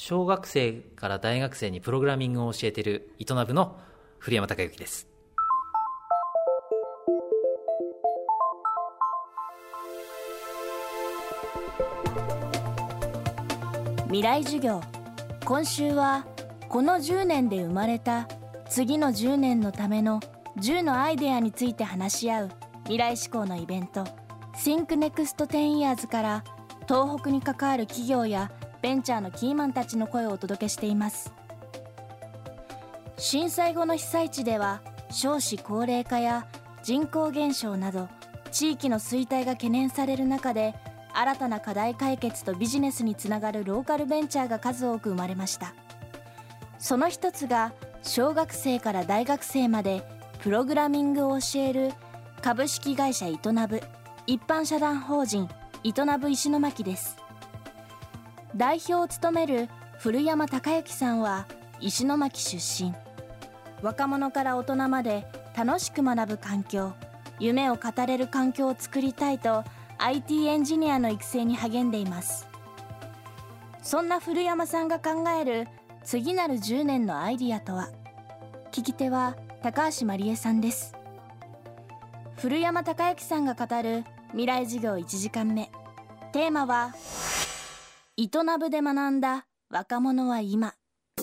小学生から大学生にプログラミングを教えているイトナブの古山孝之です。 未来授業。今週はこの10年で生まれた次の10年のための10のアイデアについて話し合う未来志向のイベント Think Next 10 Years から東北に関わる企業やベンチャーのキーマンたちの声をお届けしています。震災後の被災地では少子高齢化や人口減少など地域の衰退が懸念される中で、新たな課題解決とビジネスにつながるローカルベンチャーが数多く生まれました。その一つが小学生から大学生までプログラミングを教える株式会社イトナブ一般社団法人イトナブ石巻です。代表を務める古山孝之さんは石巻出身。若者から大人まで楽しく学ぶ環境、夢を語れる環境を作りたいと IT エンジニアの育成に励んでいます。そんな古山さんが考える次なる10年のアイディアとは。聞き手は高橋まりえさんです。古山孝之さんが語る未来授業1時間目。テーマはイトナブで学んだ若者は今。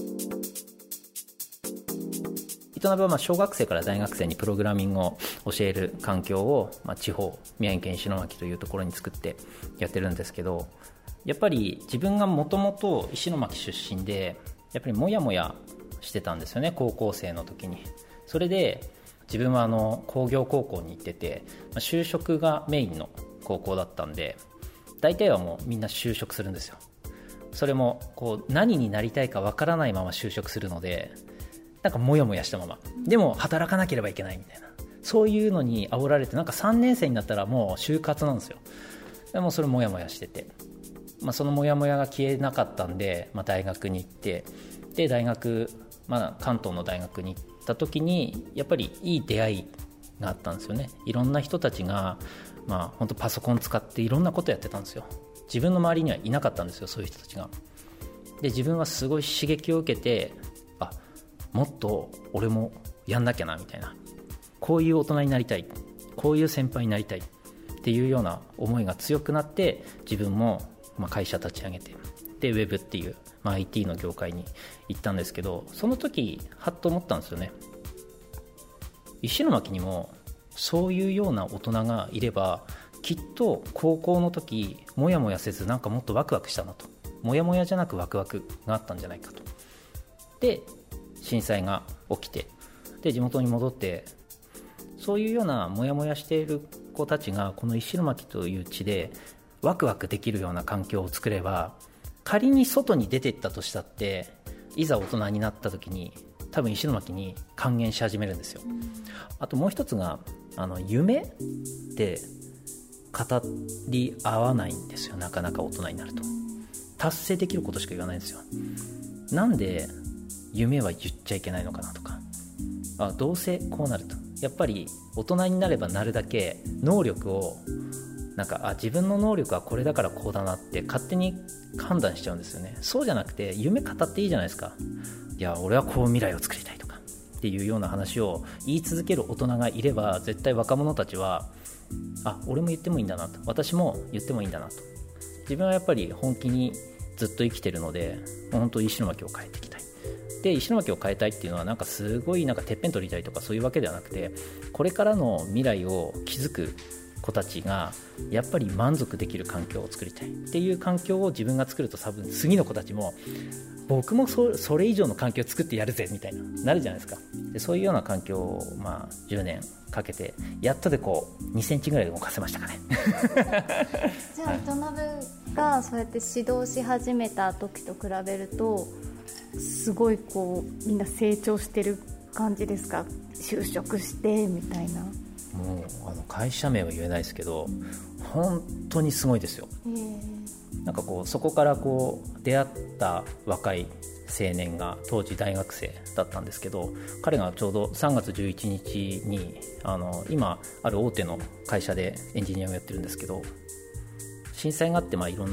イトナブは小学生から大学生にプログラミングを教える環境を地方、宮城県石巻というところに作ってやってるんですけど、やっぱり自分がもともと石巻出身で、やっぱりモヤモヤしてたんですよね、高校生の時に。それで自分は工業高校に行ってて、就職がメインの高校だったんで、大体はもうみんな就職するんですよ。それも何になりたいかわからないまま就職するので、なんかモヤモヤしたままでも働かなければいけないみたいな、そういうのに煽られて、なんか3年生になったらもう就活なんですよ。でもそれモヤモヤしてて、そのモヤモヤが消えなかったんで、大学に行って、で大学、関東の大学に行った時にやっぱりいい出会いがあったんですよね。いろんな人たちが本当パソコン使っていろんなことやってたんですよ。自分の周りにはいなかったんですよ、そういう人たちが。で自分はすごい刺激を受けて、もっと俺もやんなきゃなみたいな、こういう大人になりたい、こういう先輩になりたいっていうような思いが強くなって、自分も会社立ち上げて、でウェブっていう、IT の業界に行ったんですけど、その時はっと思ったんですよね。石巻にもそういうような大人がいれば、きっと高校の時モヤモヤせず、なんかもっとワクワクしたなと、モヤモヤじゃなくワクワクがあったんじゃないかと。で震災が起きて、で地元に戻って、そういうようなモヤモヤしている子たちがこの石巻という地でワクワクできるような環境を作れば、仮に外に出ていったとしたって、いざ大人になった時に多分石巻に還元し始めるんですよ。あともう一つが夢って語り合わないんですよ、なかなか大人になると。達成できることしか言わないんですよ。なんで夢は言っちゃいけないのかなとか、どうせこうなると、やっぱり大人になればなるだけ能力を自分の能力はこれだからこうだなって勝手に判断しちゃうんですよね。そうじゃなくて、夢語っていいじゃないですか。いや俺はこう未来を作りたいとかっていうような話を言い続ける大人がいれば、絶対若者たちは俺も言ってもいいんだなと、私も言ってもいいんだなと。自分はやっぱり本気にずっと生きてるので、もう本当石巻を変えていきたい。で石巻を変えたいっていうのはすごいてっぺん取りたいとかそういうわけではなくて、これからの未来を築く子たちがやっぱり満足できる環境を作りたいっていう環境を自分が作ると、多分次の子たちも僕もそれ以上の環境を作ってやるぜみたいなるじゃないですか。でそういうような環境を10年かけてやっとで2センチぐらい動かせましたかね。 じゃあイトナブがそうやって指導し始めた時と比べると、すごいみんな成長してる感じですか？就職してみたいな。 もう会社名は言えないですけど、本当にすごいですよ。そこから出会った若い青年が当時大学生だったんですけど、彼がちょうど3月11日に今ある大手の会社でエンジニアをやってるんですけど、震災があっていろんな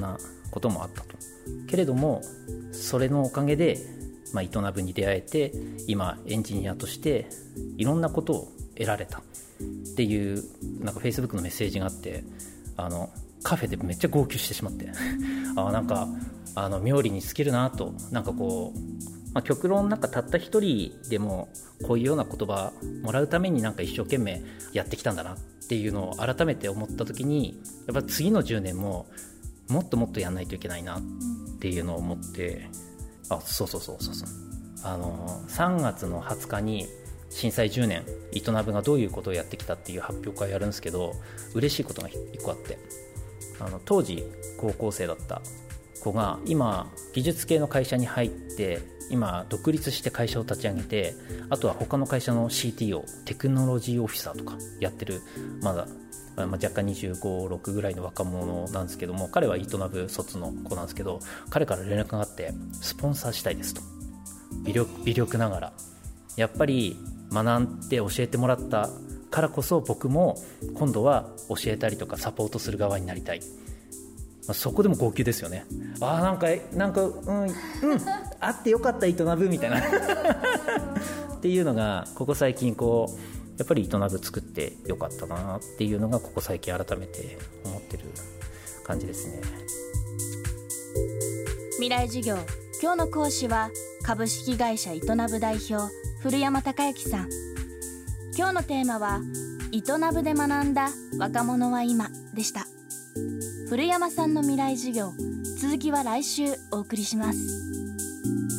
こともあったと。けれどもそれのおかげで、イトナブに出会えて、今エンジニアとしていろんなことを得られたっていうなんか Facebook のメッセージがあって、カフェでめっちゃ号泣してしまってなんか妙理に尽きるなと。なんかこう、極論なんかたった一人でもこういうような言葉もらうためになんか一生懸命やってきたんだなっていうのを改めて思った時に、やっぱ次の10年ももっともっとやんないといけないなっていうのを思って、そう3月の20日に震災10年イトナブがどういうことをやってきたっていう発表会やるんですけど、嬉しいことが1個あって、当時高校生だった子が今技術系の会社に入って、今独立して会社を立ち上げて、あとは他の会社の CTO テクノロジーオフィサーとかやってる、まだ若干25、6ぐらいの若者なんですけども、彼はイトナブ卒の子なんですけど、彼から連絡があって、スポンサーしたいですと。微力ながらやっぱり学んで教えてもらったからこそ、僕も今度は教えたりとかサポートする側になりたい。そこでも号泣ですよね。なんかあってよかったイトナブみたいなっていうのがここ最近こうやっぱりイトナブ作ってよかったなっていうのがここ最近改めて思ってる感じですね。 未来授業、今日の講師は株式会社イトナブ代表古山孝之さん。今日のテーマはイトナブで学んだ若者は今でした。古山さんの未来授業、続きは来週お送りします。